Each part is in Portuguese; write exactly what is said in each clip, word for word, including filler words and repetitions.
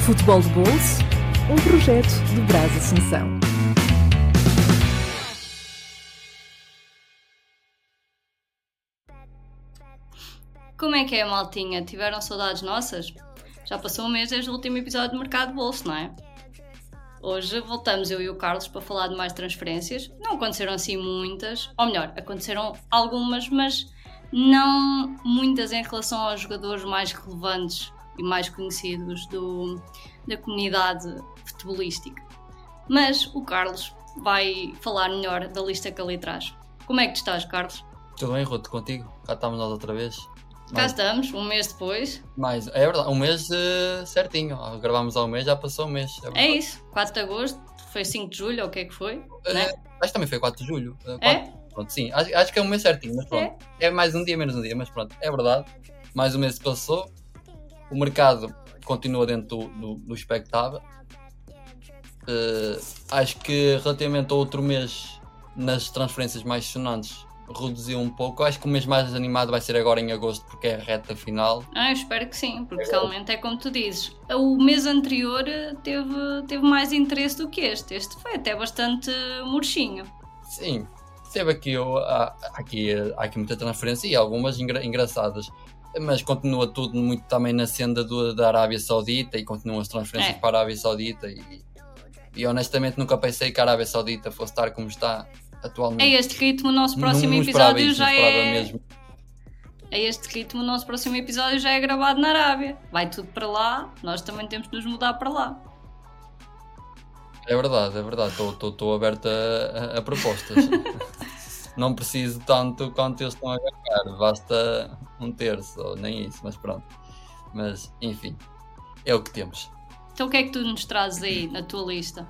Futebol de Bolso, um projeto de Brás Assunção. Como é que é, maltinha? Tiveram saudades nossas? Já passou um mês desde o último episódio do Mercado de Bolso, não é? Hoje voltamos eu e o Carlos para falar de mais transferências. Não aconteceram assim muitas, ou melhor, aconteceram algumas, mas não muitas em relação aos jogadores mais relevantes e mais conhecidos do, da comunidade futebolística. Mas o Carlos vai falar melhor da lista que ali traz. Como é que tu estás, Carlos? Tudo bem, Ruto, contigo? Cá estamos nós outra vez. Cá mais... estamos, um mês depois. Mais, é verdade, um mês uh, certinho. Gravámos há um mês, já passou um mês. É, é isso, quatro de agosto, foi cinco de julho, ou o que é que foi? Uh, né? Acho que também foi quatro de julho. Uh, quatro, é? Pronto, sim, acho, acho que é um mês certinho, mas pronto. É. é mais um dia, menos um dia, mas pronto, é verdade. Mais um mês se passou. O mercado continua dentro do, do, do expectável. Uh, acho que relativamente ao outro mês, nas transferências mais sonantes, reduziu um pouco. Acho que o mês mais animado vai ser agora em agosto, porque é a reta final. Ah, eu espero que sim, porque é realmente é como tu dizes. O mês anterior teve, teve mais interesse do que este. Este foi até bastante murchinho. Sim, teve aqui, há, aqui, há aqui muita transferência e algumas engra, engraçadas. Mas continua tudo muito também na senda do, da Arábia Saudita e continuam as transferências é. para a Arábia Saudita. E, e honestamente nunca pensei que a Arábia Saudita fosse estar como está atualmente. É este ritmo, o nosso próximo não, não episódio isso, já é. Mesmo. É este ritmo, o nosso próximo episódio já é gravado na Arábia. Vai tudo para lá, nós também temos de nos mudar para lá. É verdade, é verdade. Estou aberto a, a, a propostas. Não preciso tanto quanto eles estão a ganhar, basta um terço, ou nem isso, mas pronto. Mas, enfim, é o que temos. Então o que é que tu nos trazes aí na tua lista?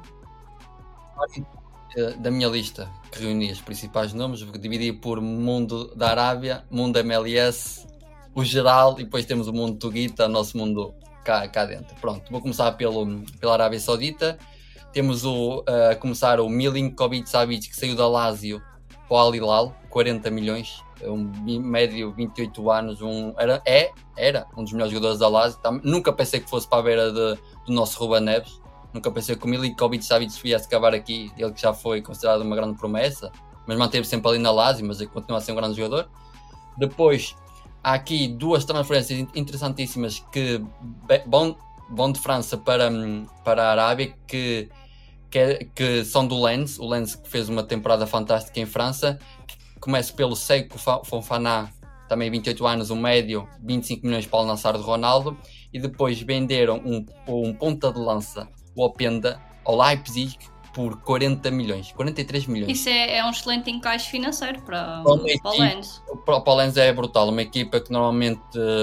Da minha lista, que reuni os principais nomes, dividi por mundo da Arábia, mundo M L S, o geral, e depois temos o mundo Tuguita, o nosso mundo cá, cá dentro. Pronto, vou começar pelo, pela Arábia Saudita. Temos o, uh, a começar o Milinkovic Savic, que saiu da Lazio para o Al Hilal, quarenta milhões, um médio, vinte e oito anos, um, era, é, era um dos melhores jogadores da Lazio. Tam, nunca pensei que fosse para a beira de, do nosso Ruben Neves, nunca pensei que o Milinkovic Savic viesse acabar aqui, ele que já foi considerado uma grande promessa, mas manteve sempre ali na Lazio, mas ele continua a ser um grande jogador. Depois, há aqui duas transferências interessantíssimas que vão, vão de França para, para a Arábia, que Que, é, que são do Lens, o Lens que fez uma temporada fantástica em França. Começa pelo Seiko Fofana, também vinte e oito anos, um médio, vinte e cinco milhões para o Al-Nassr de Ronaldo, e depois venderam um, um ponta de lança, o Openda, ao Leipzig por quarenta milhões, quarenta e três milhões. Isso é, é um excelente encaixe financeiro para, para o Lens. Para o Lens é brutal, uma equipa que normalmente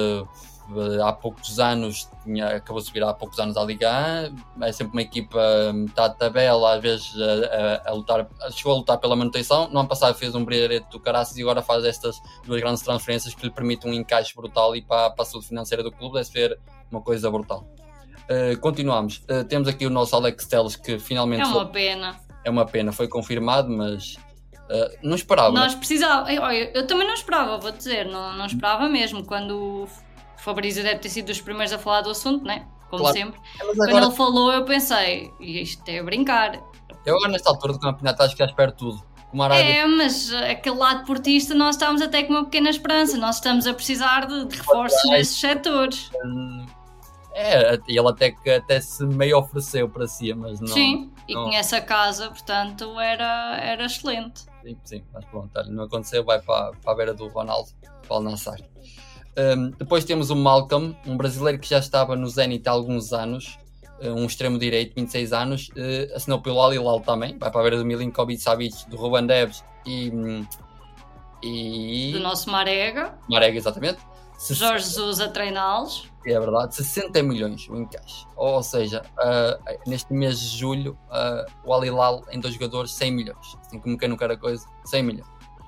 há poucos anos tinha, acabou de subir há poucos anos à Liga um, é sempre uma equipa metade de tabela, às vezes a, a, a lutar, chegou a lutar pela manutenção. No ano passado fez um brilharete do caraças e agora faz estas duas grandes transferências que lhe permitem um encaixe brutal, e para, para a saúde financeira do clube deve ser uma coisa brutal. Uh, continuamos, uh, temos aqui o nosso Alex Telles, que finalmente é uma foi, pena é uma pena, foi confirmado, mas uh, não esperava. Nós precisávamos, eu, eu também não esperava, vou dizer, não, não esperava mesmo. Quando o Fabrício deve ter sido dos primeiros a falar do assunto, né? Como claro. sempre. Agora, quando ele falou, eu pensei, isto é brincar. Eu agora, nesta altura do campeonato, acho que já espero tudo. É, mas aquele lado portista, nós estamos até com uma pequena esperança. Nós estamos a precisar de, de reforços é, nesses setores. É, ele até que até se meio ofereceu para si, mas não. Sim, e não... conhece a casa, portanto era, era excelente. Sim, sim, mas pronto, não aconteceu, vai para, para a beira do Ronaldo, para o Al-Nassr. Um, depois temos o Malcolm, um brasileiro que já estava no Zenit há alguns anos, um extremo direito, vinte e seis anos, uh, assinou pelo Al Hilal também, vai para a beira do Milinkovic Savic, do Ruben Neves e, e... do nosso Marega. Marega, exatamente. Jorge Jesus a treiná-los. É verdade, sessenta milhões o encaixe. Ou seja, uh, neste mês de julho, uh, o Al Hilal em dois jogadores, cem milhões. Assim como quem não quer a coisa, cem milhões.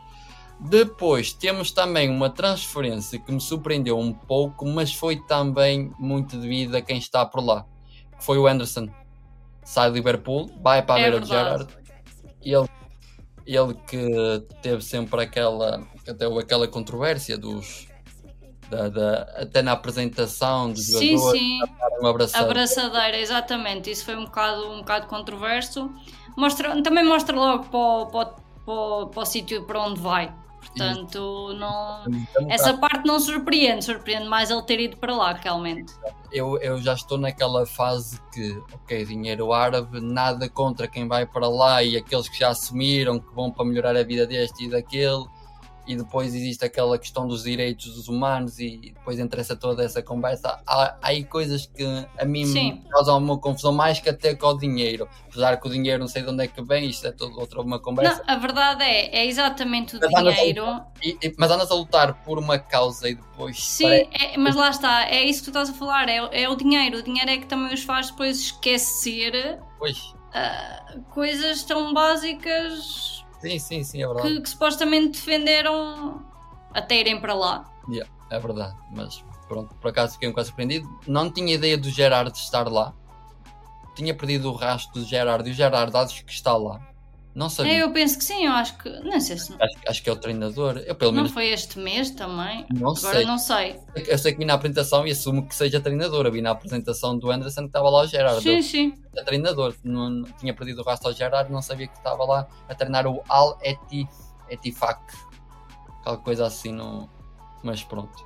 Depois temos também uma transferência que me surpreendeu um pouco, mas foi também muito devido a quem está por lá, que foi o Anderson. Sai do Liverpool, vai para a beira de Gerrard. Ele, ele que teve sempre aquela, até aquela controvérsia dos, Da, da, até na apresentação dos Sim, jogadores, sim. uma abraçadeira. Abraçadeira, exatamente. Isso foi um bocado, um bocado controverso. Mostra, também mostra logo para o, para, para, para o sítio para onde vai. Portanto, não, essa parte não surpreende. Surpreende mais ele ter ido para lá, realmente. Eu, eu já estou naquela fase que, ok, dinheiro árabe, nada contra quem vai para lá e aqueles que já assumiram que vão para melhorar a vida deste e daquele. E depois existe aquela questão dos direitos dos humanos e depois interessa toda essa conversa. Há, há aí coisas que a mim Sim. me causam uma confusão mais que até com o dinheiro. Apesar que o dinheiro não sei de onde é que vem, isto é toda outra uma conversa. Não, a verdade é, é exatamente o mas dinheiro. Andas e, e, mas andas a lutar por uma causa e depois... Sim, parece... é, mas lá está, é isso que tu estás a falar, é, é o dinheiro. O dinheiro é que também os faz depois esquecer uh, coisas tão básicas... Sim, sim, sim, é verdade. Que, que supostamente defenderam até irem para lá. Yeah, é verdade, mas pronto, por acaso fiquei um bocado surpreendido. Não tinha ideia do Gerard estar lá. Tinha perdido o rastro do Gerard e o Gerard acho que está lá. Não sabia. É, eu penso que sim, eu acho que... Não sei se... Acho, acho que é o treinador. Eu, pelo não menos... foi este mês também? Não Agora sei. não sei. Eu sei que vi na apresentação e assumo que seja treinador. Eu vi na apresentação do Anderson que estava lá o Gerard. Sim, sim. É treinador. Não, não, tinha perdido o rastro ao Gerard, não sabia que estava lá a treinar o Al Ettifaq. Aquela coisa assim, não... mas pronto.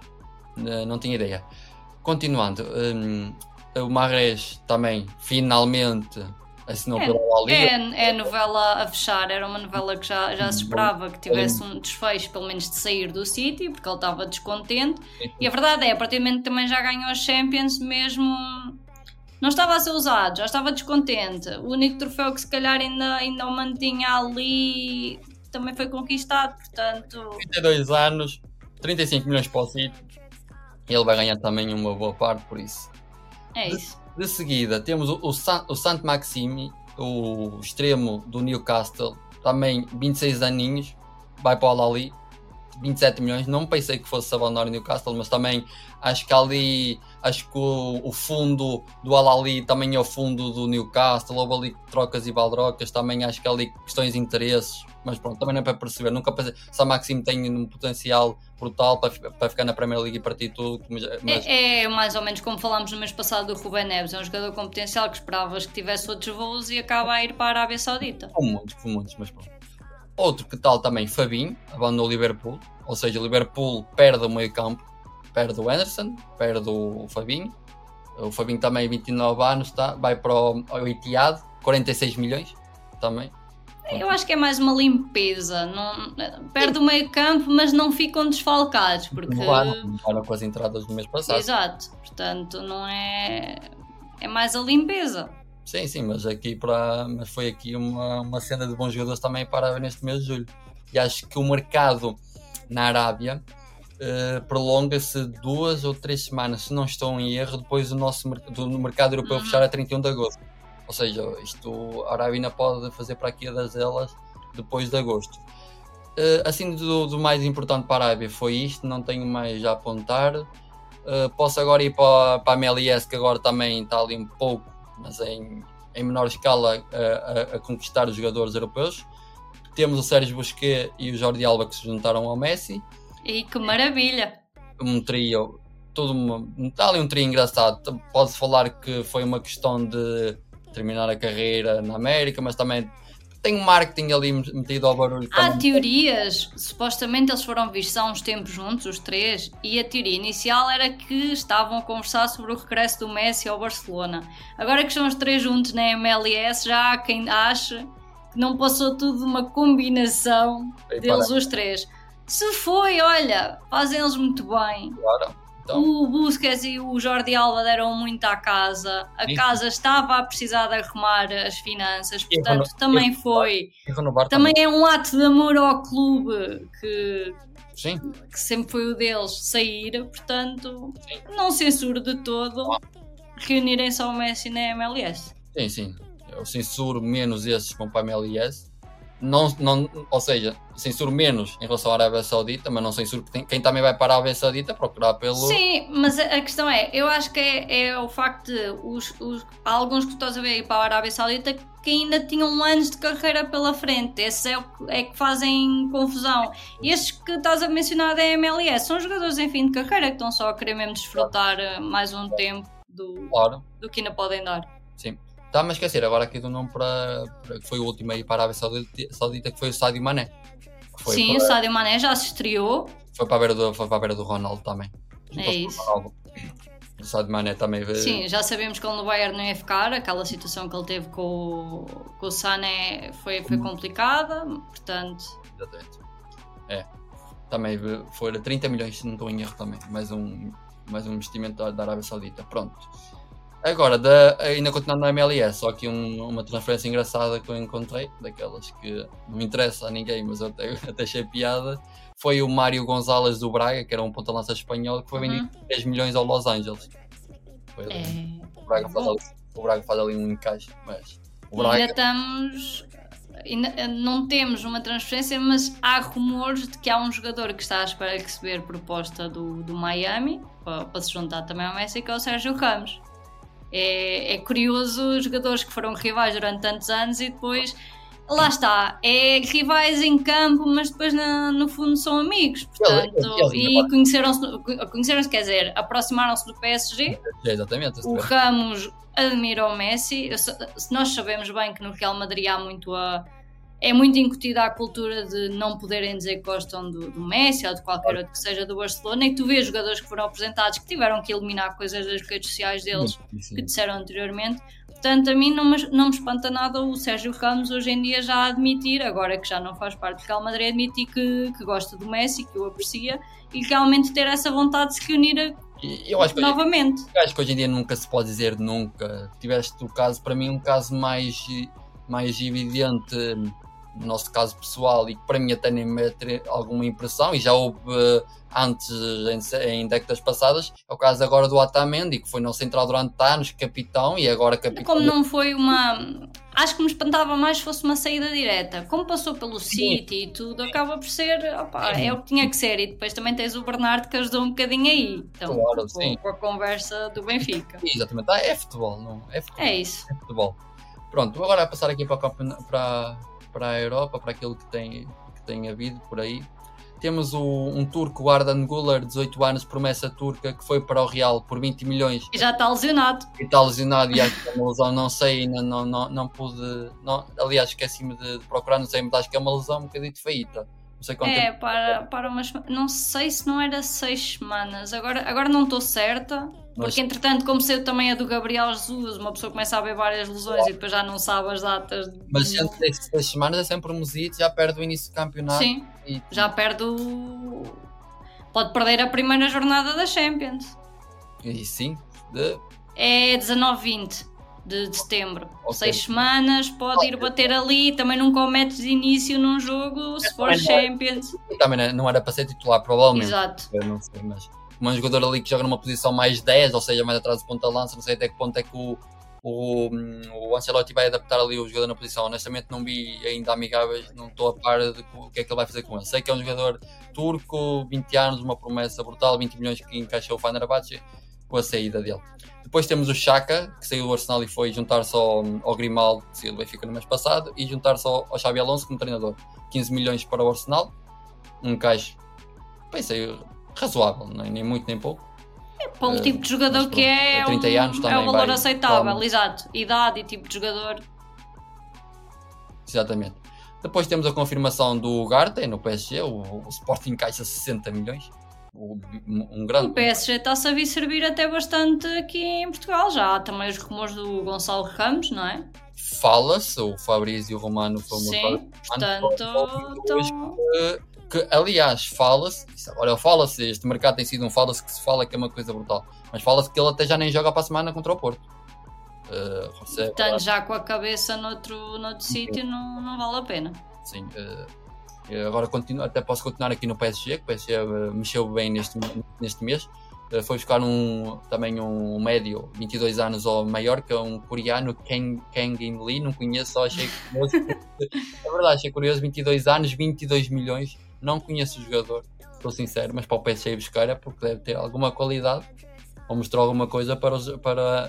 Não tinha ideia. Continuando. Um, o Mahrez também, finalmente... assinou é, pela La Liga. É, é a novela a fechar, era uma novela que já, já se esperava que tivesse um desfecho, pelo menos de sair do City, porque ele estava descontente. E a verdade é, a partir do momento que também já ganhou as Champions, mesmo não estava a ser usado, já estava descontente. O único troféu que se calhar ainda, ainda o mantinha ali também foi conquistado, portanto... trinta e dois anos, trinta e cinco milhões para o City, e ele vai ganhar também uma boa parte por isso. É isso. De, de seguida temos o, o, San, o Saint-Maximin, o extremo do Newcastle, também vinte e seis aninhos, vai para o Al-Ahly, vinte e sete milhões. Não pensei que fosse abandonar o Newcastle, mas também acho que ali, acho que o, o fundo do Al-Ahly também é o fundo do Newcastle. Houve ali trocas e baldrocas, também acho que há ali questões de interesses, mas pronto, também não é para perceber. Nunca pensei, o Saint-Maximin tem um potencial brutal para, para ficar na Premier League e partir tudo. Mas... É, é mais ou menos como falámos no mês passado do Ruben Neves, é um jogador com potencial que esperavas que tivesse outros voos e acaba a ir para a Arábia Saudita. Com muitos, com muitos, mas pronto. Outro que tal também, Fabinho, abandonou o Liverpool, ou seja, o Liverpool perde o meio campo, perde o Anderson, perde o Fabinho, o Fabinho também vinte e nove anos, tá? Vai para o Etihad, quarenta e seis milhões também. Eu acho que é mais uma limpeza, não, perde o meio campo, mas não ficam desfalcados, porque... Não param com as entradas do mês passado. Exato, portanto não é... é mais a limpeza. Sim, sim, mas, aqui para, mas foi aqui uma, uma cena de bons jogadores também para neste mês de julho. E acho que o mercado na Arábia uh, prolonga-se duas ou três semanas, se não estou em erro, depois do nosso do mercado europeu uhum. fechar a trinta e um de agosto. Ou seja, isto, a Arábia ainda pode fazer para aqui das elas depois de agosto. Uh, assim, do, do mais importante para a Arábia foi isto, não tenho mais a apontar. Uh, posso agora ir para, para a M L S, que agora também está ali um pouco, mas em, em menor escala, a, a, a conquistar os jogadores europeus. Temos o Sérgio Busquets e o Jordi Alba que se juntaram ao Messi. E que maravilha! Um trio, todo uma, está ali um trio engraçado. Pode-se falar que foi uma questão de terminar a carreira na América, mas também tem um marketing ali metido ao barulho. Há também. Teorias, supostamente eles foram vistos há uns tempos juntos, os três, e a teoria inicial era que estavam a conversar sobre o regresso do Messi ao Barcelona. Agora que estão os três juntos na M L S, já há quem ache que não passou tudo uma combinação Bem, deles para. Os três. Se foi, olha, fazem eles muito bem. Claro. Então. O Busquets e o Jordi Alba deram muito à casa, a Sim. casa estava a precisar de arrumar as finanças, portanto reno... também foi, também, também é um ato de amor ao clube que, Sim. que sempre foi o deles sair, portanto sim. não censuro de todo ah. reunirem-se ao Messi na M L S. Sim, sim, eu censuro menos esses com para a M L S, não, não, ou seja, censuro menos em relação à Arábia Saudita, mas não censuro quem, quem também vai para a Arábia Saudita procurar pelo... Sim, mas a, a questão é, eu acho que é, é o facto de os, os, há alguns que estás a ver ir para a Arábia Saudita que ainda tinham anos de carreira pela frente, esses é, o que, é que fazem confusão. Estes que estás a mencionar da M L S são jogadores em fim de carreira que estão só a querer mesmo desfrutar mais um tempo do, claro. do que ainda podem dar. Sim. Está-me a esquecer agora aqui do nome para, para que foi o último aí para a Arábia Saudita, Saudita que foi o Sadio Mané. Foi Sim, para, o Sadio Mané já se estreou. Foi para a beira do, foi para a beira do Ronaldo também. É isso. Ronaldo. O Sadio Mané também veio. Sim, já sabemos que ele no Bayern não ia ficar. Aquela situação que ele teve com, com o Sané foi, foi complicada, portanto... Exatamente. É. Também foi trinta milhões, se não estou em erro também. Mais um, mais um investimento da, da Arábia Saudita. Pronto. Agora, da, ainda continuando na M L S, só que um, uma transferência engraçada que eu encontrei, daquelas que não interessa a ninguém, mas eu até, até achei piada, foi o Mário Gonzalez do Braga, que era um ponta-lança espanhol, que foi Uhum. vendido por dez milhões ao Los Angeles. Foi É... o, Braga faz ali, o Braga faz ali um encaixe, mas o Braga... Ainda estamos... Ainda não temos uma transferência, mas há rumores de que há um jogador que está à espera de receber proposta do, do Miami, para, para se juntar também ao Messi, que é o Sérgio Ramos. É, é curioso os jogadores que foram rivais durante tantos anos e depois, lá está, é rivais em campo, mas depois na, no fundo são amigos, portanto, Eles- eles- e conheceram-se, conheceram-se, quer dizer, aproximaram-se do P S G. É, exatamente. O Ramos admira o Messi. Eu, nós sabemos bem que no Real Madrid há muito a... É muito incutida a cultura de não poderem dizer que gostam do, do Messi ou de qualquer outro que seja do Barcelona, e tu vês jogadores que foram apresentados que tiveram que eliminar coisas das redes sociais deles Sim. que disseram anteriormente. Portanto, a mim não me, não me espanta nada o Sérgio Ramos hoje em dia já admitir, agora que já não faz parte do Real Madrid, admitir que, que gosta do Messi, que o aprecia e realmente ter essa vontade de se reunir E eu acho que hoje- novamente. Eu acho que hoje em dia nunca se pode dizer nunca. Tiveste o caso, para mim, um caso mais, mais evidente, no nosso caso pessoal, e que para mim até nem me mete alguma impressão, e já houve uh, antes, em, em décadas passadas, é o caso agora do Otamendi, que foi no Central durante anos, capitão, e agora capitão. Como não foi uma... Acho que me espantava mais se fosse uma saída direta. Como passou pelo City e tudo, acaba por ser... Opa, é o que tinha que ser. E depois também tens o Bernardo que ajudou um bocadinho aí. Então, Claro, com, sim. com a conversa do Benfica. Exatamente, ah, é futebol, não é futebol. É isso. É futebol. Pronto, agora a passar aqui para, o campeona- para, para a Europa, para aquilo que tem, que tem havido por aí. Temos o, um turco, o Ardan Güler, dezoito anos, promessa turca, que foi para o Real por vinte milhões. E já está lesionado. E está lesionado e acho que é uma lesão, não sei, ainda não, não, não pude. Não, aliás, esqueci-me de, de procurar, não sei, mas acho que é uma lesão um bocadinho feita. Não sei quanto É, tempo. para, para umas... Não sei se não era seis semanas. Agora, agora não estou certa. Mas- Porque, entretanto, como saiu também a do Gabriel Jesus, uma pessoa começa a ver várias lesões e depois já não sabe as datas. Mas antes destas seis semanas é sempre um mesito, já perde o início do campeonato. Sim, E, já perde o... Pode perder a primeira jornada da Champions. e sim, de, É dezenove vinte de, de setembro. Ok. Seis semanas, pode ir bater ali. Também nunca o metes de início num jogo, se for Também não é. Champions. e também não- não era para ser titular, provavelmente. Exato. Eu não sei, mas como é um jogador ali que joga numa posição mais dez, ou seja, mais atrás do ponta-lança, não sei até que ponto é que o, o, o Ancelotti vai adaptar ali o jogador na posição. Honestamente não vi ainda amigáveis, não estou a par de o que é que ele vai fazer com ele. Sei que é um jogador turco, vinte anos, uma promessa brutal, vinte milhões que encaixou o Fenerbahçe com a saída dele. Depois temos o Xhaka, que saiu do Arsenal e foi juntar-se ao, ao Grimaldo, que saiu do Benfica no mês passado, e juntar-se ao, ao Xabi Alonso como treinador. quinze milhões para o Arsenal, um encaixe, pensei, razoável, nem, nem muito nem pouco. Para o Eh, tipo de jogador mas que pronto, é, é trinta um- anos é também o valor vai- aceitável, toma. exato. Idade e tipo de jogador. Exatamente. Depois temos a confirmação do Ugarte no P S G, o, o Sporting encaixa sessenta milhões, o- um grande... O P S G está-se a vir servir até bastante aqui em Portugal. Já há também os rumores do Gonçalo Ramos, não é? Fala-se, o Fabrício Romano foi uma Sim, portanto, então, que aliás fala-se, isso agora fala-se, este mercado tem sido um fala-se que se fala que é uma coisa brutal, mas fala-se que ele até já nem joga para a semana contra o Porto. Uh, José, portanto, já com a cabeça noutro, noutro sítio não, não vale a pena. sim, uh, e agora continuo, até posso continuar aqui no P S G, que o P S G uh, mexeu bem neste, neste mês. Foi buscar um, também um médio, vinte e dois anos ou maior, que é um coreano, Kang, Kang In Lee, não conheço, só achei curioso. É verdade, achei curioso, vinte e dois anos, vinte e dois milhões, não conheço o jogador, estou sincero, mas para o P S G ir buscar é porque deve ter alguma qualidade, ou mostrou alguma coisa para os, para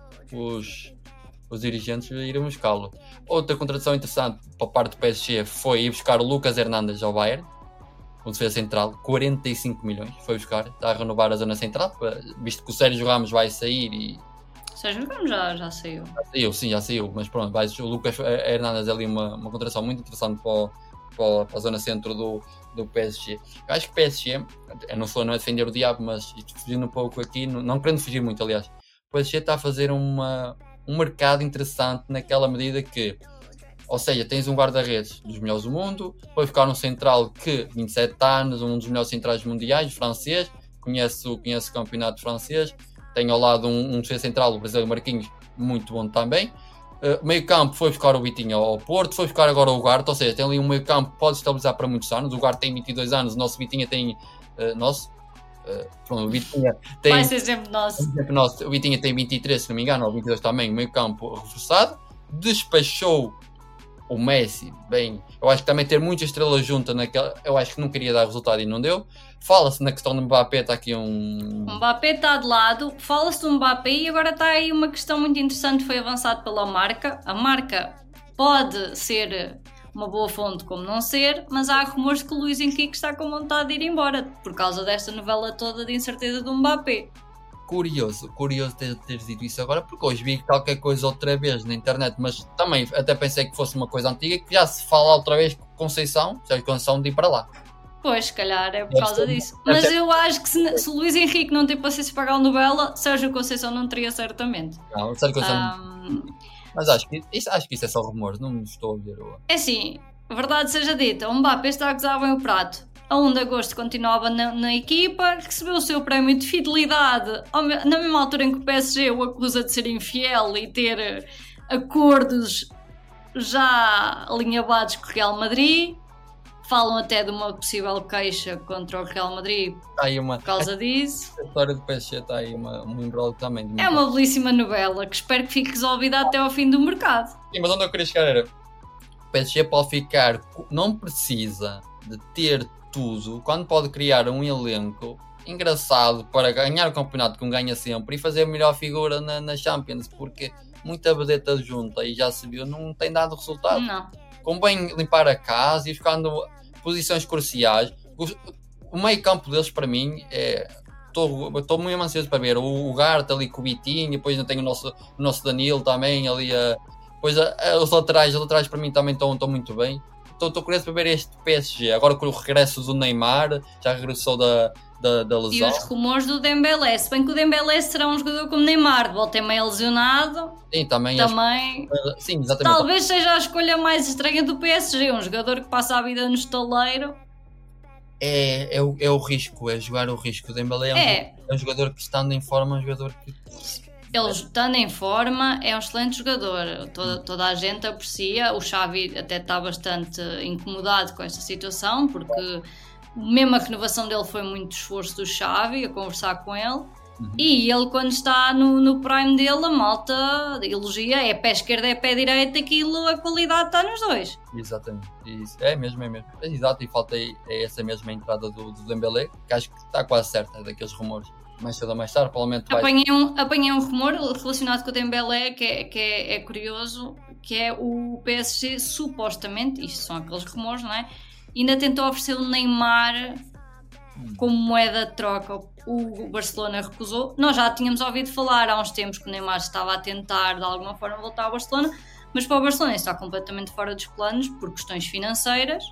os, os dirigentes irem buscá-lo. Outra contratação interessante para a parte do P S G foi ir buscar o Lucas Hernandes ao Bayern, o defesa central, quarenta e cinco milhões, foi buscar, está a renovar a zona central, visto que o Sérgio Ramos vai sair e... O Sérgio Ramos já, já saiu. Já saiu, sim, já saiu, mas pronto, vai, o Lucas Hernandes é ali uma, uma contratação muito interessante para, o, para, para a zona centro do, do P S G. Eu acho que o P S G, eu não sou não é defender o diabo, mas fugindo um pouco aqui, não, não querendo fugir muito, aliás, o P S G está a fazer uma, um mercado interessante naquela medida que, ou seja, tens um guarda-redes dos melhores do mundo, foi ficar um central que, vinte e sete anos, um dos melhores centrais mundiais, francês, conhece o, conhece o campeonato francês, tem ao lado um, um defesa central, o brasileiro Marquinhos, muito bom também. Uh, meio campo foi buscar o Vitinho ao Porto, foi buscar agora o Ugarte, ou seja, tem ali um meio campo que pode estabilizar para muitos anos. O Ugarte tem vinte e dois anos, o nosso Vitinho tem... Uh, nosso? Uh, pronto, o Vitinho tem... Vai ser sempre nosso. Sempre nosso. O Vitinho tem vinte e três, se não me engano, ou vinte e dois também, meio campo reforçado. Despachou o Messi, bem, eu acho que também ter muitas estrelas juntas naquela, eu acho que não queria dar resultado e não deu. Fala-se na questão do Mbappé, está aqui um... O Mbappé está de lado, fala-se do Mbappé e agora está aí uma questão muito interessante, foi avançado pela marca. A marca pode ser uma boa fonte como não ser, mas há rumores que o Luís Henrique está com vontade de ir embora, por causa desta novela toda de incerteza do Mbappé. Curioso, curioso ter, teres dito isso agora, porque hoje vi qualquer coisa outra vez na internet, mas também até pensei que fosse uma coisa antiga, que já se fala outra vez com Conceição, Sérgio Conceição de ir para lá. Pois, se calhar é por causa disso. Mas eu acho que se, se o Luís Henrique não tem paciência para pagar o novela, Sérgio Conceição não teria certamente. Não, Sérgio Conceição um... Mas acho que, isso, acho que isso é só rumores, não estou a ver. É assim, a verdade seja dita, o Mbappé está a gozar bem o prato. A um de agosto continuava na, na equipa, recebeu o seu prémio de fidelidade ao, na mesma altura em que o P S G o acusa de ser infiel e ter acordos já alinhavados com o Real Madrid. Falam até de uma possível queixa contra o Real Madrid uma... por causa disso. A história do P S G está aí uma, um embrolho também. É uma belíssima novela que espero que fique resolvida até ao fim do mercado. Sim, mas onde eu queria chegar era... O P S G pode ficar... Não precisa de ter tudo, quando pode criar um elenco engraçado para ganhar o campeonato que um ganha sempre e fazer a melhor figura na, na Champions, porque muita vedeta junta e já se viu, não tem dado resultado. Não. Convém limpar a casa e ficando posições cruciais. O, o meio campo deles, para mim, é... Estou muito ansioso para ver o Ugarte ali com o Vitinho, depois ainda tem o nosso, o nosso Danilo também ali. A, depois a, a, os laterais, os laterais para mim também estão muito bem. Estou curioso para ver este P S G. Agora com o regresso do Neymar, já regressou da, da, da lesão. E os rumores do Dembélé. Se bem que o Dembélé será um jogador como Neymar, volta meio lesionado. Sim, também. também Acho... Sim, exatamente. Talvez seja a escolha mais estranha do P S G. Um jogador que passa a vida no estaleiro. É, é, o, é o risco, é jogar o risco. O Dembélé é um, é. é um jogador que, estando em forma, é um jogador que... Ele estando em forma é um excelente jogador, toda, toda a gente aprecia. O Xavi até está bastante incomodado com esta situação, porque mesmo a renovação dele foi muito esforço do Xavi a conversar com ele. Uhum. E ele, quando está no, no prime dele, a malta elogia, é pé esquerdo, é pé direito, aquilo, a qualidade está nos dois. Exatamente, isso. É mesmo, é mesmo. É exato, e falta é essa mesma entrada do, do Dembélé, que acho que está quase certa, daqueles rumores. Mais cedo ou mais tarde, provavelmente vai... Apanhei um, apanhei um rumor relacionado com o Dembélé que, é, que é, é curioso, que é o P S G supostamente, isto são aqueles rumores, não é? Ainda tentou oferecer o Neymar como moeda de troca. O Barcelona recusou. Nós já tínhamos ouvido falar há uns tempos que o Neymar estava a tentar de alguma forma voltar ao Barcelona, mas para o Barcelona está completamente fora dos planos por questões financeiras.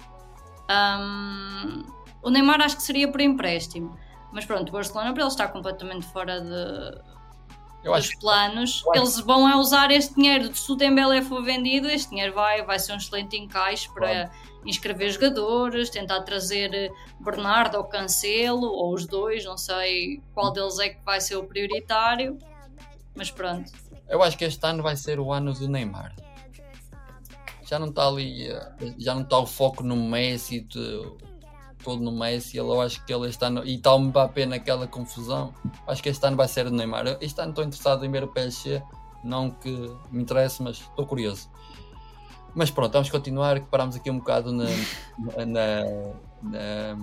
Um, o Neymar acho que seria por empréstimo. Mas pronto, o Barcelona para ele está completamente fora de, eu acho dos planos. Que... Eles vão a usar este dinheiro, se o Dembélé for vendido, este dinheiro vai, vai ser um excelente encaixe para claro. inscrever jogadores, tentar trazer Bernardo ou Cancelo, ou os dois, não sei qual deles é que vai ser o prioritário. Mas pronto. Eu acho que este ano vai ser o ano do Neymar. Já não está ali, já não está o foco no Messi... De... todo no Messi. Ele, eu acho que ele este ano, e está o Mbappé naquela confusão, acho que este ano vai ser o Neymar. Eu, este ano estou interessado em ver o P S G, não que me interesse, mas estou curioso. Mas pronto, vamos continuar, que parámos aqui um bocado na, na, na,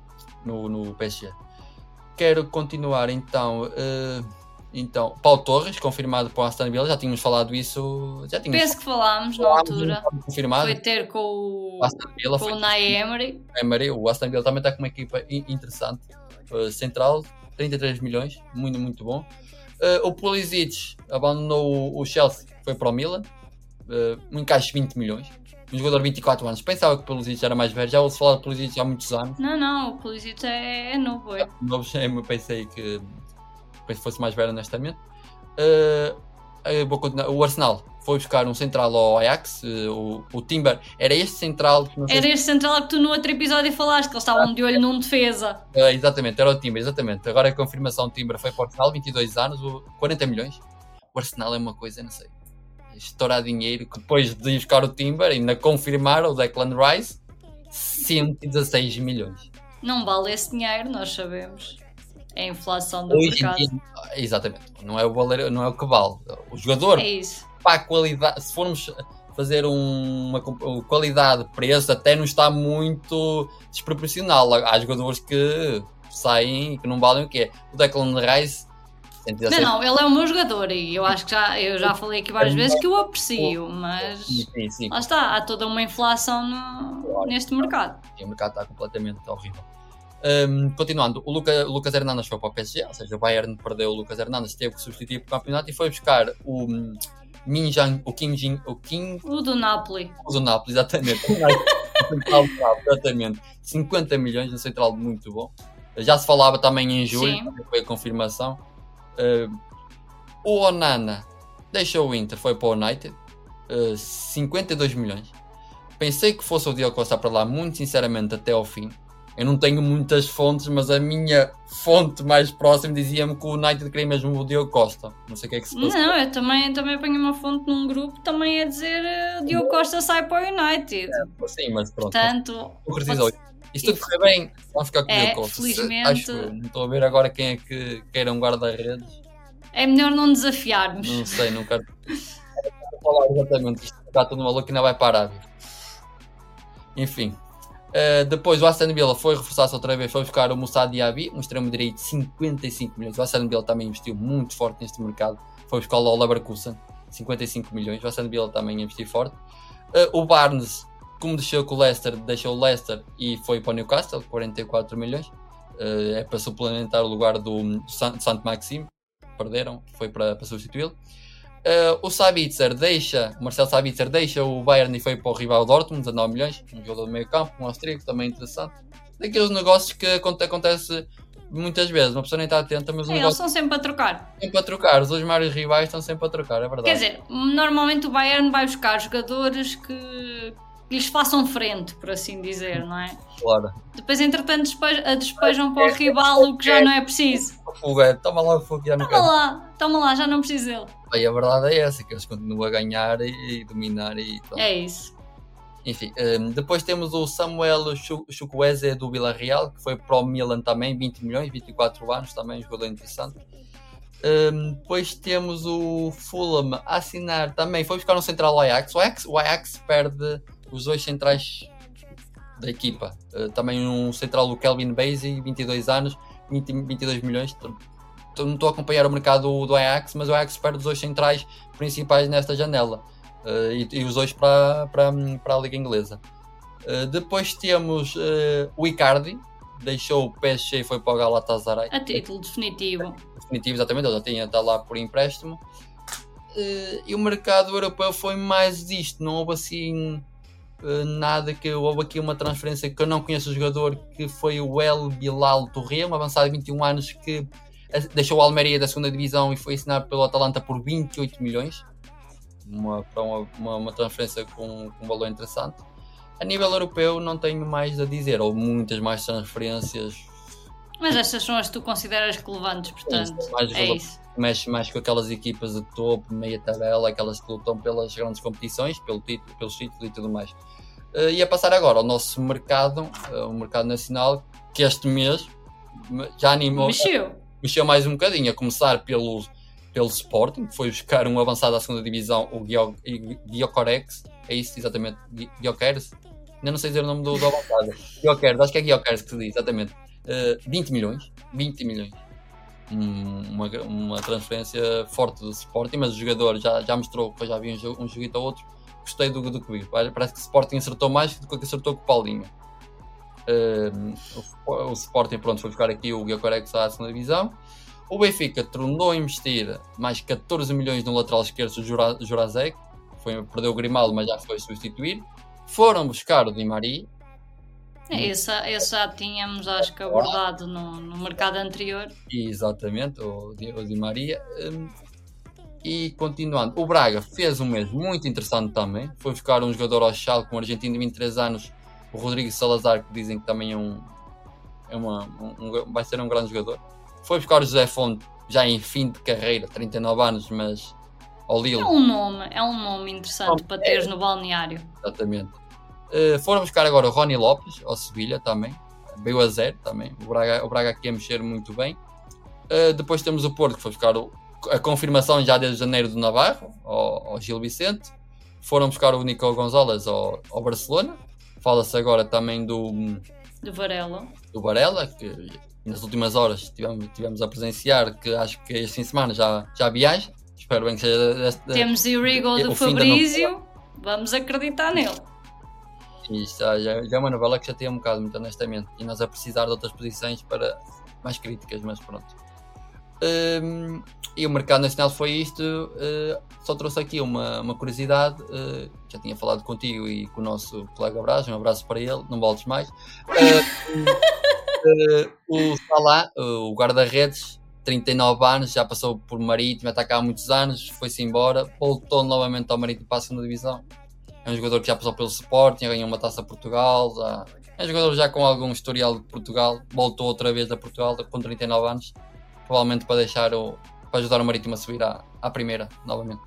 no, no P S G. Quero continuar então. Uh, Então, Pau Torres, confirmado para o Aston Villa, já tínhamos falado isso. Já tínhamos Penso que falámos na falámos, altura. Confirmado. Foi ter com o, O Aston Villa com foi o Unai Emery. Emery. O Aston Villa também está com uma equipa in- interessante. Uh, central, trinta e três milhões, muito, muito bom. Uh, o Pulisic abandonou o, o Chelsea, foi para o Milan. Uh, um encaixe de vinte milhões. Um jogador de vinte e quatro anos. Pensava que o Pulisic era mais velho. Já ouço falar de Pulisic há muitos anos. Não, não, o Pulisic é, é novo. É. Novo, eu pensei que pensei que fosse mais velho, honestamente. Uh, eu vou continuar. O Arsenal foi buscar um central ao Ajax. Uh, o, o Timber era este central. Que não sei Era se- este central que tu no outro episódio falaste, que eles estavam de olho num defesa. Uh, exatamente, era o Timber, exatamente. Agora a confirmação: Timber foi para o Arsenal, vinte e dois anos, o- quarenta milhões. O Arsenal é uma coisa, não sei, estourar dinheiro. Que depois de ir buscar o Timber, ainda confirmaram o Declan Rice, cento e dezasseis milhões. Não vale esse dinheiro, nós sabemos. É a inflação do Hoje em mercado. dia, exatamente, não é o valor, não é o que vale. O jogador, É isso. para a qualidade, se formos fazer um- uma, comp- uma qualidade-preço, até não está muito desproporcional. Há jogadores que saem e que não valem o que é. O Declan Rice, cento e dezasseis Não, não, ele é o meu jogador e eu acho que já, eu já falei aqui várias vezes que eu aprecio, mas sim, sim, lá está, há toda uma inflação no- neste mercado. sim, o mercado está completamente horrível. Um, continuando, o, Luca, o Lucas Hernandes foi para o P S G, ou seja, o Bayern perdeu o Lucas Hernandes, teve que substituir para o campeonato e foi buscar o um, Min Jang, o Kim Jin, o Kim O do Napoli. do Napoli, exatamente. O central do Napoli, exatamente. cinquenta milhões, um central muito bom. Já se falava também em julho, Sim. foi a confirmação. Uh, o Onana deixou o Inter, foi para o United, uh, cinquenta e dois milhões. Pensei que fosse o Diogo Costa para lá, muito sinceramente, até ao fim. Eu não tenho muitas fontes, mas a minha fonte mais próxima dizia-me que o United queria mesmo o Diogo Costa. Não sei o que é que se passou. Não, eu também, também apanhei uma fonte num grupo também a dizer uh, Diogo Costa sai para o United. Sim, mas pronto. Portanto, Concretizou. E se tudo correr bem, vamos ficar com o É, Diogo Costa. felizmente- Acho eu. Não estou a ver agora quem é que queira um guarda-redes. é melhor não desafiarmos. Não sei, não quero. Vou falar exatamente. Isto está todo maluco que ainda vai para a Arábia. Enfim. Uh, depois o Aston Villa foi reforçar-se outra vez, foi buscar o Moussa Diaby, um extremo direito de cinquenta e cinco milhões. O Aston Villa também investiu muito forte neste mercado. Foi buscar o Leverkusen, cinquenta e cinco milhões. O Aston Villa também investiu forte. Uh, o Barnes, como deixou com o Leicester, deixou o Leicester e foi para o Newcastle, quarenta e quatro milhões. Uh, é para suplementar o lugar do Santo Maxime. Perderam, foi para, para substituí-lo. Uh, o Sabitzer deixa, o Marcelo Sabitzer deixa o Bayern e foi para o rival Dortmund, dezanove milhões, um jogador de meio campo, um austríaco, também interessante. Daqueles negócios que aconte- acontece muitas vezes, uma pessoa nem está atenta, mas o É, eles negócio são sempre a trocar. é sempre a trocar. Os dois maiores rivais estão sempre a trocar, é verdade. Quer dizer, normalmente o Bayern vai buscar jogadores que que lhes façam frente, por assim dizer, não é? Claro. Depois, entretanto, despe- a despejam para o rival o que já não é preciso. O foguete, toma lá o fogo, já não Toma quero. lá, toma lá, já não preciso dele. E a verdade é essa, que eles continuam a ganhar e, e dominar e pronto. É isso. Enfim, um, depois temos o Samuel Chu- Chukwueze do Villarreal, que foi para o Milan também, vinte milhões, vinte e quatro anos, também um jogador interessante. Um, depois temos o Fulham a assinar também, foi buscar um central ao Ajax. O Ajax, o Ajax perde os dois centrais da equipa. Uh, também um central, o Kelvin Bassey, vinte e dois anos, vinte, vinte e dois milhões. Tô- Não estou a acompanhar o mercado do, do Ajax, mas o Ajax perde os dois centrais principais nesta janela. Uh, e, e os dois para, para, para a Liga Inglesa. Uh, depois temos uh, o Icardi, deixou o P S G e foi para o Galatasaray. A título definitivo. Definitivo, exatamente, ele já tinha estado lá por empréstimo. Uh, e o mercado europeu foi mais disto, não houve assim uh, nada que houve aqui uma transferência que eu não conheço o jogador, que foi o El Bilal Torre, um avançado de vinte e um anos que uh, deixou o Almeria da segunda divisão e foi assinado pelo Atalanta por vinte e oito milhões. Uma, para uma, uma, uma transferência com, com um valor interessante. A nível europeu não tenho mais a dizer, ou muitas mais transferências. Mas estas são as que tu consideras relevantes, portanto, Isso, mais é relevante. isso. Mexe mais com aquelas equipas de topo, meia tabela, aquelas que lutam pelas grandes competições, pelo título, pelos títulos e tudo mais. Uh, ia passar agora ao nosso mercado, uh, o mercado nacional, que este mês já animou, Mexeu. mexeu mais um bocadinho, a começar pelo, pelo Sporting, que foi buscar um avançado à segunda divisão, o Gyökeres, é isso exatamente, Gyökeres, ainda não sei dizer o nome do, do avançado, Gyökeres, acho que é Gyökeres que se diz, exatamente, uh, vinte milhões, vinte milhões, um, uma, uma transferência forte do Sporting, mas o jogador já, já mostrou que já havia um jogo, um joguito ou outro. Gostei do, do que vi. Parece que o Sporting acertou mais do que acertou com o Paulinho. Uh, o, o Sporting pronto, foi buscar aqui o Gyökeres à segunda divisão. O Benfica tornou a investir mais catorze milhões no lateral esquerdo do Jurasek. Foi, perdeu o Grimaldo, mas já foi substituir. Foram buscar o Di Maria. Esse, esse já tínhamos, acho que, abordado no, no mercado anterior. Exatamente, o, o Di Maria. Um, E continuando, o Braga fez um mês muito interessante também. Foi buscar um jogador ao Schalke, um argentino de vinte e três anos, o Rodrigo Salazar, que dizem que também é um, é uma, um, um vai ser um grande jogador. Foi buscar o José Fonte, já em fim de carreira, trinta e nove anos, mas ao Lille. É um nome, é um nome interessante para teres no balneário. Exatamente. Uh, foram buscar agora o Rony Lopes, ao Sevilha também. Veio a zero também. O Braga, o Braga aqui a mexer muito bem. Uh, depois temos o Porto, que foi buscar o a confirmação já desde janeiro do Navarro, ao, ao Gil Vicente. Foram buscar o Nico Gonzalez ao, ao Barcelona. Fala-se agora também do, do Varela. Do Varela, que nas últimas horas tivemos, tivemos a presenciar, que acho que este fim de semana já, já viaja. Espero bem que seja deste, Temos o Rigo do Fabrício, vamos acreditar nele. Isto já, já, já é uma novela que já tem um bocado, muito honestamente, e nós a precisar de outras posições para mais críticas, mas pronto. Um, e o mercado nacional foi isto. Uh, só trouxe aqui uma, uma curiosidade. Uh, já tinha falado contigo e com o nosso colega Brás, um abraço para ele, não voltes mais. Uh, uh, o Salah, uh, o guarda-redes, trinta e nove anos, já passou por Marítimo, está cá há muitos anos, foi-se embora, voltou novamente ao Marítimo para a segunda divisão. É um jogador que já passou pelo Sporting, ganhou uma taça a Portugal, já, é um jogador já com algum historial de Portugal, voltou outra vez a Portugal com trinta e nove anos. Provavelmente para deixar o, para ajudar o Marítimo a subir à, à primeira novamente.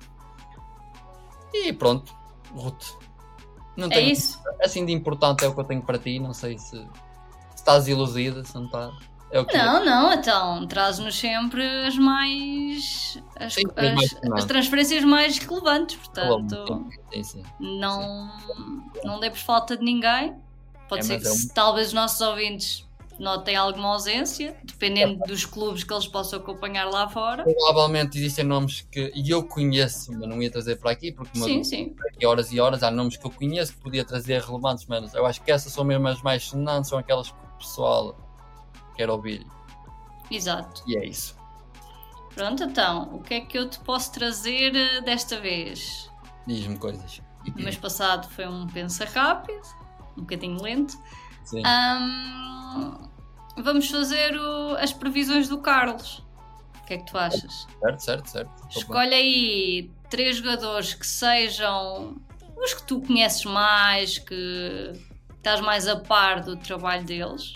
E pronto, Ruth. Não é tenho, isso. Assim de importante é o que eu tenho para ti. Não sei se, se estás iludida, se não estás. É o que não, é. não, então traz-nos sempre as mais as, sim, as, mais as transferências mais relevantes, portanto sim, sim, sim. não, não dê por falta de ninguém. Pode é, ser que é um... se, talvez os nossos ouvintes notem alguma ausência, dependendo dos clubes que eles possam acompanhar lá fora. Provavelmente existem nomes que eu conheço, mas não ia trazer para aqui, porque sim, sim. Aqui horas e horas há nomes que eu conheço que podia trazer relevantes, mas eu acho que essas são mesmo as mais sonantes, são aquelas que o pessoal quer ouvir. Exato. E é isso. Pronto, então, o que é que eu te posso trazer desta vez? Diz-me coisas. No mês passado foi um pensa rápido, um bocadinho lento. Sim. Um, vamos fazer o, as previsões do Carlos. O que é que tu achas? Certo, certo, certo. Escolhe aí três jogadores que sejam os que tu conheces mais, que estás mais a par do trabalho deles.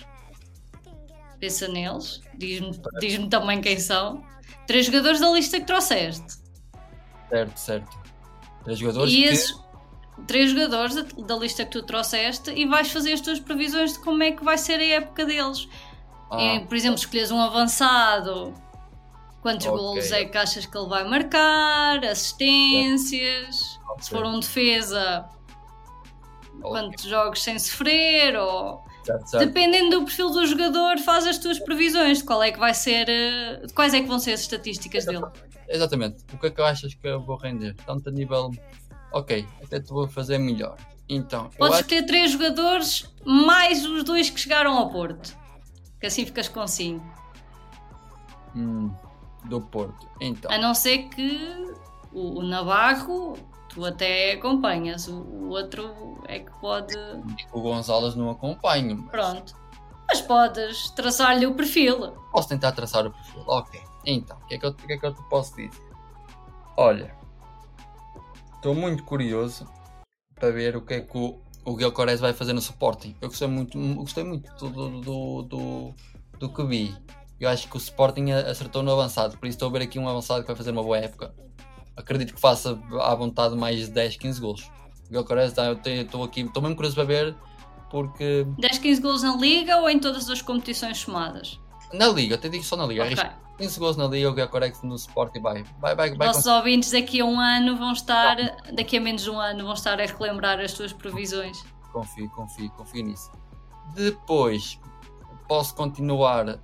Pensa neles. Diz-me, diz-me também quem são. Três jogadores da lista que trouxeste. Certo, certo. Três jogadores e que... esses três jogadores da, da lista que tu trouxeste e vais fazer as tuas previsões de como é que vai ser a época deles. Ah. E, por exemplo, escolhes um avançado, quantos okay. golos é que achas que ele vai marcar, assistências, okay. se for um defesa, okay. quantos jogos sem sofrer, ou certo, certo. Dependendo do perfil do jogador, faz as tuas previsões de qual é que vai ser, de quais é que vão ser as estatísticas dele. Exatamente. O que é que achas que eu vou render? Tanto a nível... Ok, até te vou fazer melhor. Então, podes acho... ter três jogadores mais os dois que chegaram ao Porto. Que assim ficas com cinco. Hum, do Porto. Então. A não ser que o, o Navarro tu até acompanhas. O, o outro é que pode. O Gonzalez não acompanho. Mas... Pronto. Mas podes traçar-lhe o perfil. Posso tentar traçar o perfil. Ok. Então, o que é que eu, que é que eu te posso dizer? Olha. Estou muito curioso para ver o que é que o, o Gyökeres vai fazer no Sporting. Eu gostei muito, gostei muito do, do, do, do que vi. Eu acho que o Sporting acertou no avançado, por isso estou a ver aqui um avançado que vai fazer uma boa época. Acredito que faça à vontade mais de dez, quinze golos. Gyökeres, tá, eu estou aqui, estou mesmo curioso para ver, porque... dez, quinze gols na Liga ou em todas as competições somadas? Na Liga, até digo só na Liga. Ok. quinze gols na Liga, o Gyökeres no Sport e vai. vai, vai, vai Nossos ouvintes daqui a um ano vão estar, daqui a menos de um ano, vão estar a relembrar as tuas previsões. Confio, confio, confio nisso. Depois, posso continuar.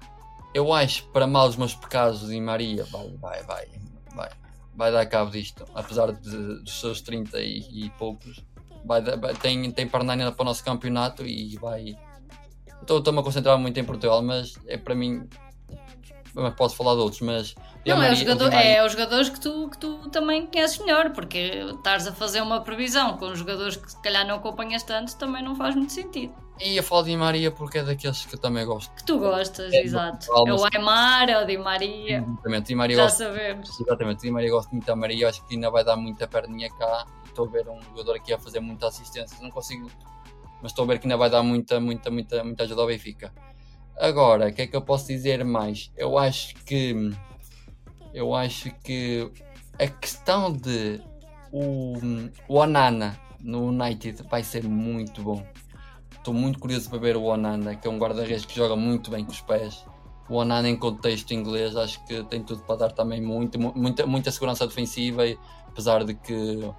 Eu acho que para mal os meus pecados de Maria vai, vai, vai, vai, vai dar cabo disto, apesar de, dos seus trinta e, e poucos. Vai, vai, tem, tem perna ainda para o nosso campeonato e vai. Estou-me a concentrar muito em Portugal, mas é para mim. Mas posso falar de outros, mas. Não, Maria, é, o jogador, Maria, é os jogadores que tu, que tu também conheces melhor, porque estares a fazer uma previsão com os jogadores que se calhar não acompanhas tanto também não faz muito sentido. E a falar de Di Maria porque é daqueles que eu também gosto. Que tu gostas, É, exato. alma- É o Aymar, é o Di Maria, Exatamente, Di Maria já gosto. sabemos. Exatamente, Di Maria gosto muito da Maria, acho que ainda vai dar muita perninha cá. Estou a ver um jogador aqui a fazer muita assistência, não consigo, mas estou a ver que ainda vai dar muita, muita, muita, muita ajuda ao Benfica. Agora, o que é que eu posso dizer mais? Eu acho que eu acho que a questão de o, o Onana no United vai ser muito bom. Estou muito curioso para ver o Onana, que é um guarda-redes que joga muito bem com os pés. O Onana em contexto inglês acho que tem tudo para dar também muito, muita, muita segurança defensiva, e, apesar de que uh,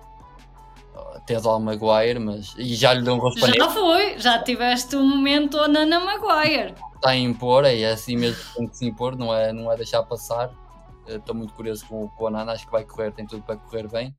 tens ao Maguire, mas e já lhe deu um raspanete. Já foi, já tiveste um momento Onana Maguire. Está a impor, é assim mesmo que tem que se impor, não é, não é deixar passar. Estou muito curioso com, com o Onana, acho que vai correr, tem tudo para correr bem.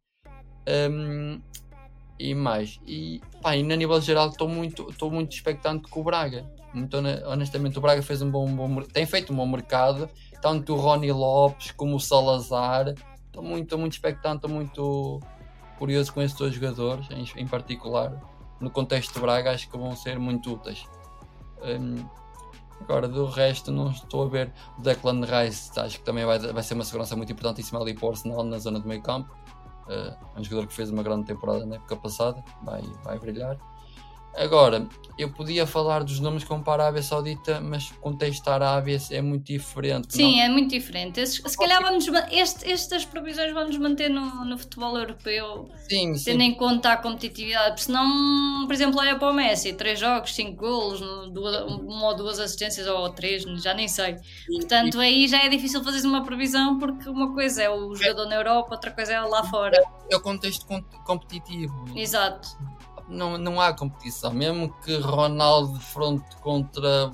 Um, e mais, e, pá, e na nível geral estou muito, estou muito expectante com o Braga. Muito honestamente, o Braga fez um bom, bom tem feito um bom mercado, tanto o Rony Lopes como o Salazar. Estou muito, estou muito expectante, estou muito curioso com esses dois jogadores, em, em particular. No contexto do Braga, acho que vão ser muito úteis. Um, Agora, do resto, não estou a ver. O Declan Rice, acho que também vai, vai ser uma segurança muito importantíssima ali para o Arsenal na zona do meio campo. Uh, é um jogador que fez uma grande temporada na época passada, vai, vai brilhar. Agora, eu podia falar dos nomes como para a Arábia Saudita, mas o contexto da Arábia é muito diferente. Sim, não? é muito diferente. Esses, se calhar vamos, este, estas previsões vamos manter no, no futebol europeu, Sim, sim. tendo em conta a competitividade, porque senão, por exemplo, olha para o Messi, três jogos, cinco golos, duas, uma ou duas assistências, ou três, já nem sei. Portanto, aí já é difícil fazer uma previsão, porque uma coisa é o jogador na Europa, outra coisa é lá fora. É o contexto com- competitivo. Exato. Não, não há competição, mesmo que Ronaldo de fronte contra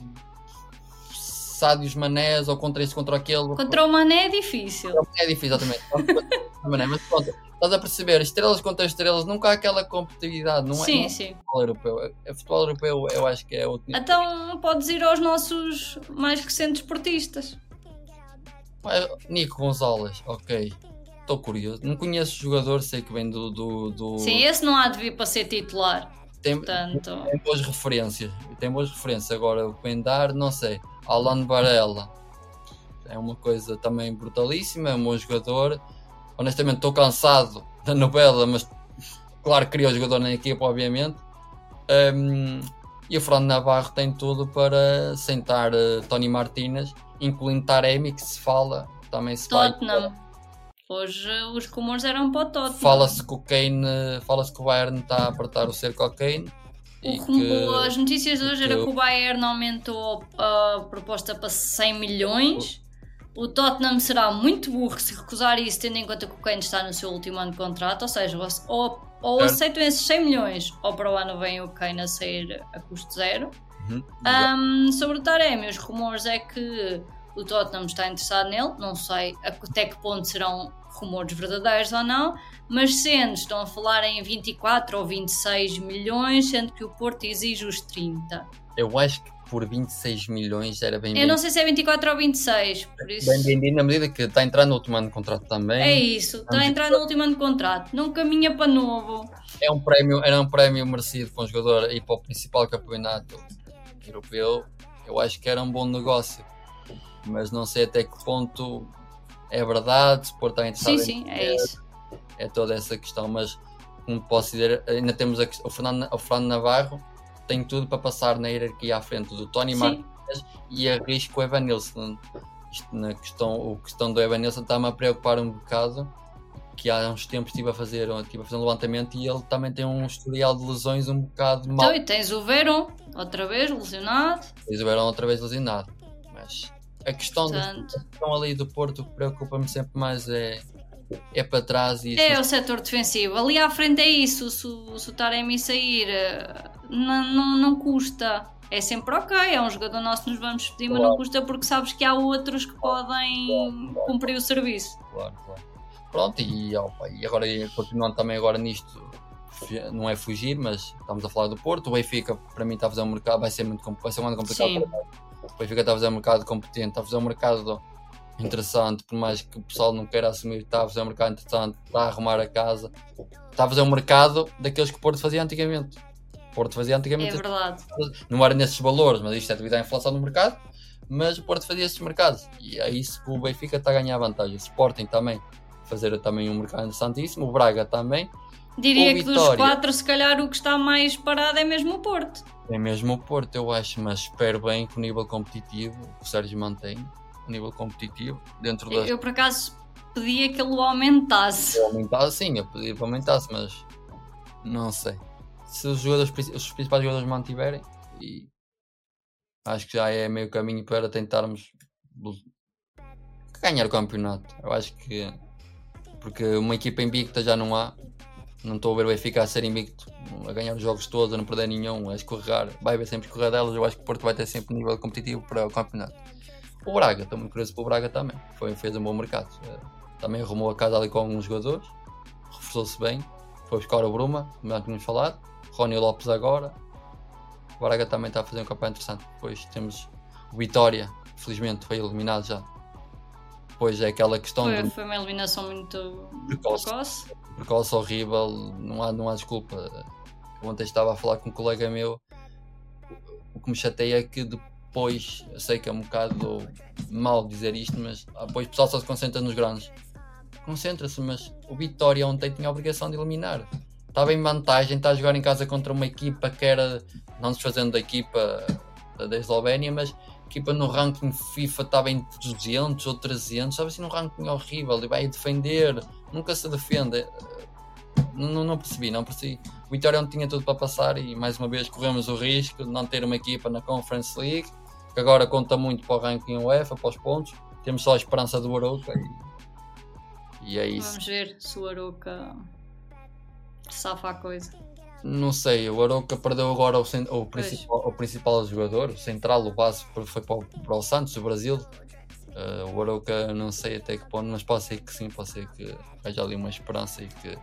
Sádios Manés ou contra este contra aquele. Contra o Mané é difícil. É difícil também. Mas pronto, estás a perceber, estrelas contra estrelas, nunca há aquela competitividade, não é? Sim, não é sim. futebol europeu. É futebol europeu, eu acho que é outro nível. Então podes ir aos nossos mais recentes esportistas. Mas, Nico Gonzalez, ok. Estou curioso. Não conheço o jogador, sei que vem do. do, do... Sim, esse não há de vir para ser titular. Tem, Portanto, tem boas referências. Tem boas referências. Agora, o que vem dar, não sei. Alan Varela é uma coisa também brutalíssima. É um bom jogador. Honestamente, estou cansado da novela, mas claro que queria o jogador na equipa, obviamente. Um, e o Fernando Navarro tem tudo para sentar uh, Tony Martínez, incluindo Taremi, que se fala. Também se vai. Tottenham. Hoje os rumores eram para o Tottenham. Fala-se que o Kane, fala-se que o Bayern está a apertar o cerco ao Kane. O E rumo- que, As notícias de hoje era que- que o Bayern aumentou a proposta para cem milhões. O Tottenham será muito burro se recusar isso, tendo em conta que o Kane está no seu último ano de contrato. Ou seja, ou, ou Certo. aceitam esses cem milhões, ou para o ano vem o Kane a sair a custo zero. Uhum. Um, sobre o Taremi, os rumores é que o Tottenham está interessado nele, não sei até que ponto serão rumores verdadeiros ou não, mas sendo, estão a falar em vinte e quatro ou vinte e seis milhões, sendo que o Porto exige os trinta. Eu acho que por vinte e seis milhões era bem Eu não sei se é vinte e quatro ou vinte e seis, por isso bem vendido, na medida que está a entrar no último ano de contrato também. é isso, está a entrar no último ano de contrato, não caminha para novo. É um prémio, era um prémio merecido para um jogador e para o principal campeonato europeu. Eu acho que era um bom negócio, mas não sei até que ponto é verdade, se o Porto está interessado Sim, em- sim, é isso. é toda essa questão, mas como posso dizer, ainda temos a, o, Fernando, o Fernando Navarro tem tudo para passar na hierarquia à frente do Tony Sim. Martínez e arrisco o Evanilson. Isto na questão, o questão do Evanilson está-me a preocupar um bocado, que há uns tempos estive a fazer, estive a fazer um levantamento e ele também tem um historial de lesões um bocado mau. Então, e tens o Verón, outra vez lesionado. Eles eram outra vez lesionado. Mas a questão, Portanto, do, a questão ali do Porto, o que preocupa-me sempre mais é, é para trás. E é isso- o setor defensivo. Ali à frente é isso. Se, o- se o Taremi sair, eh, não, não, não custa. É sempre ok. É um jogador nosso, nos vamos pedir, mas não custa porque sabes que há outros que podem cumprir o serviço. Claro, claro. Pronto, e, opa, e agora continuando também agora nisto, fu- não é fugir, mas estamos a falar do Porto. O Benfica, para mim, está a fazer um mercado, vai ser, muito, com- vai ser um ano complicado. Sim. para nós. O Benfica está a fazer um mercado competente, está a fazer um mercado interessante, por mais que o pessoal não queira assumir, está a fazer um mercado interessante, está a arrumar a casa, está a fazer um mercado daqueles que o Porto fazia antigamente. O Porto fazia É antigamente, verdade. não era nesses valores, mas isto é devido à inflação do mercado, mas o Porto fazia esses mercados, e é isso que o Benfica está a ganhar vantagem. O Sporting também, fazer também um mercado interessantíssimo, o Braga também, Diria O que dos Vitória. quatro, se calhar o que está mais parado é mesmo o Porto. é mesmo o Porto, eu acho, mas espero bem que o nível competitivo, o Sérgio mantém, o nível competitivo, dentro das... Eu, por acaso, pedia que ele o aumentasse. aumentar, sim, eu podia que aumentasse, mas não sei. Se os, jogadores, os principais jogadores mantiverem, e acho que já é meio caminho para tentarmos ganhar o campeonato. Eu acho que porque uma equipa invicta já não há. Não estou a ver o Benfica a ser invicto, a ganhar os jogos todos, a não perder nenhum, a escorregar. Vai haver sempre escorregadelas. Eu acho que o Porto vai ter sempre um nível competitivo para o campeonato. O Braga, estou muito curioso para o Braga também. Foi, fez um bom mercado. Também arrumou a casa ali com alguns jogadores, reforçou-se bem. Foi buscar o Bruma, como já tínhamos falado. Rony Lopes agora. O Braga também está a fazer um campeonato interessante. Depois temos o Vitória, felizmente foi eliminado já. Depois é aquela questão Foi, do foi uma eliminação muito Precoce. precoce. percalço horrível, não há, não há desculpa. Eu ontem estava a falar com um colega meu, o que me chateia é que depois, eu sei que é um bocado mal dizer isto, mas depois o pessoal só se concentra nos grandes. Concentra-se, mas o Vitória ontem tinha a obrigação de eliminar. Estava em vantagem, está a jogar em casa contra uma equipa que era, não desfazendo da equipa da Eslovénia, mas a equipa no ranking FIFA estava em duzentos ou trezentos, estava assim num ranking horrível, e vai defender, nunca se defende. Não, não, não percebi, não percebi. O Vitória não tinha tudo para passar e mais uma vez corremos o risco de não ter uma equipa na Conference League, que agora conta muito para o ranking UEFA, para os pontos. Temos só a esperança do Arouca e, e é isso. Vamos ver se o Arouca safa a coisa. Não sei, o Arouca perdeu agora o, cent- o, principal, o principal jogador, o central, o base, foi para o, para o Santos, do Brasil. Uh, o Arouca não sei até que ponto, mas pode ser que sim, pode ser que haja ali uma esperança e que.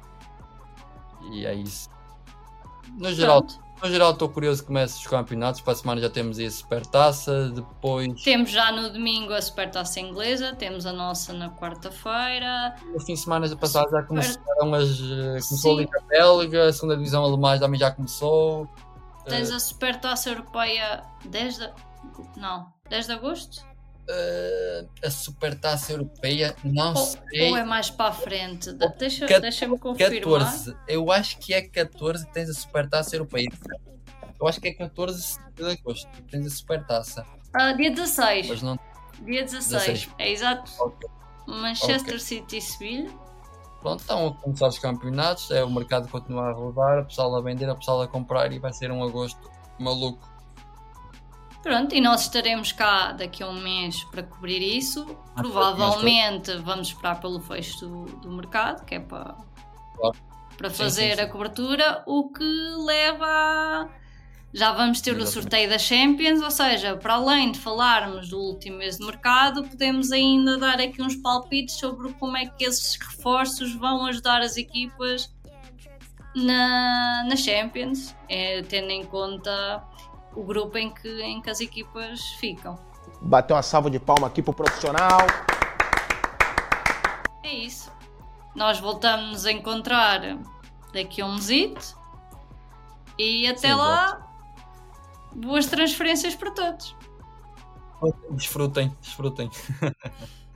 E é isso. No geral, Pronto. no geral estou curioso que comece os campeonatos. Para a semana já temos aí a Supertaça, depois Temos já no domingo a Supertaça Inglesa, temos a nossa na quarta-feira. no fim de semana passado já começaram as. eh, Começou Sim. a Liga Belga, a segunda divisão alemã também já começou. Tens a Supertaça Europeia dez de... Não, dez de agosto? Uh, a Supertaça Europeia, não Ou, sei. ou é mais para a frente? De- Deixa, Cat- deixa-me confirmar. catorze, eu acho que é catorze que tens a Supertaça Europeia. Eu acho que é catorze de agosto que tens a Supertaça, Ah, dia dezasseis. mas não. Dia dezasseis. dezasseis. É exato. Ok. Manchester Ok. City e Sevilha. Pronto, estão a começar os campeonatos, é o mercado continua a rodar, o pessoal a vender, o pessoal a comprar e vai ser um agosto maluco. Pronto, e nós estaremos cá daqui a um mês para cobrir isso. Ah, Provavelmente vamos esperar pelo fecho do, do mercado, que é para, Claro. para Sim, fazer sim, sim. a cobertura, o que leva a... Já vamos ter Exatamente. o sorteio da Champions, ou seja, para além de falarmos do último mês de mercado, podemos ainda dar aqui uns palpites sobre como é que esses reforços vão ajudar as equipas na, na Champions, eh, tendo em conta o grupo em que, em que as equipas ficam. Bateu uma salva de palma aqui pro profissional. É isso. Nós voltamos nos a encontrar daqui a um mesito. E até Sim, lá, boas transferências para todos. Desfrutem, desfrutem.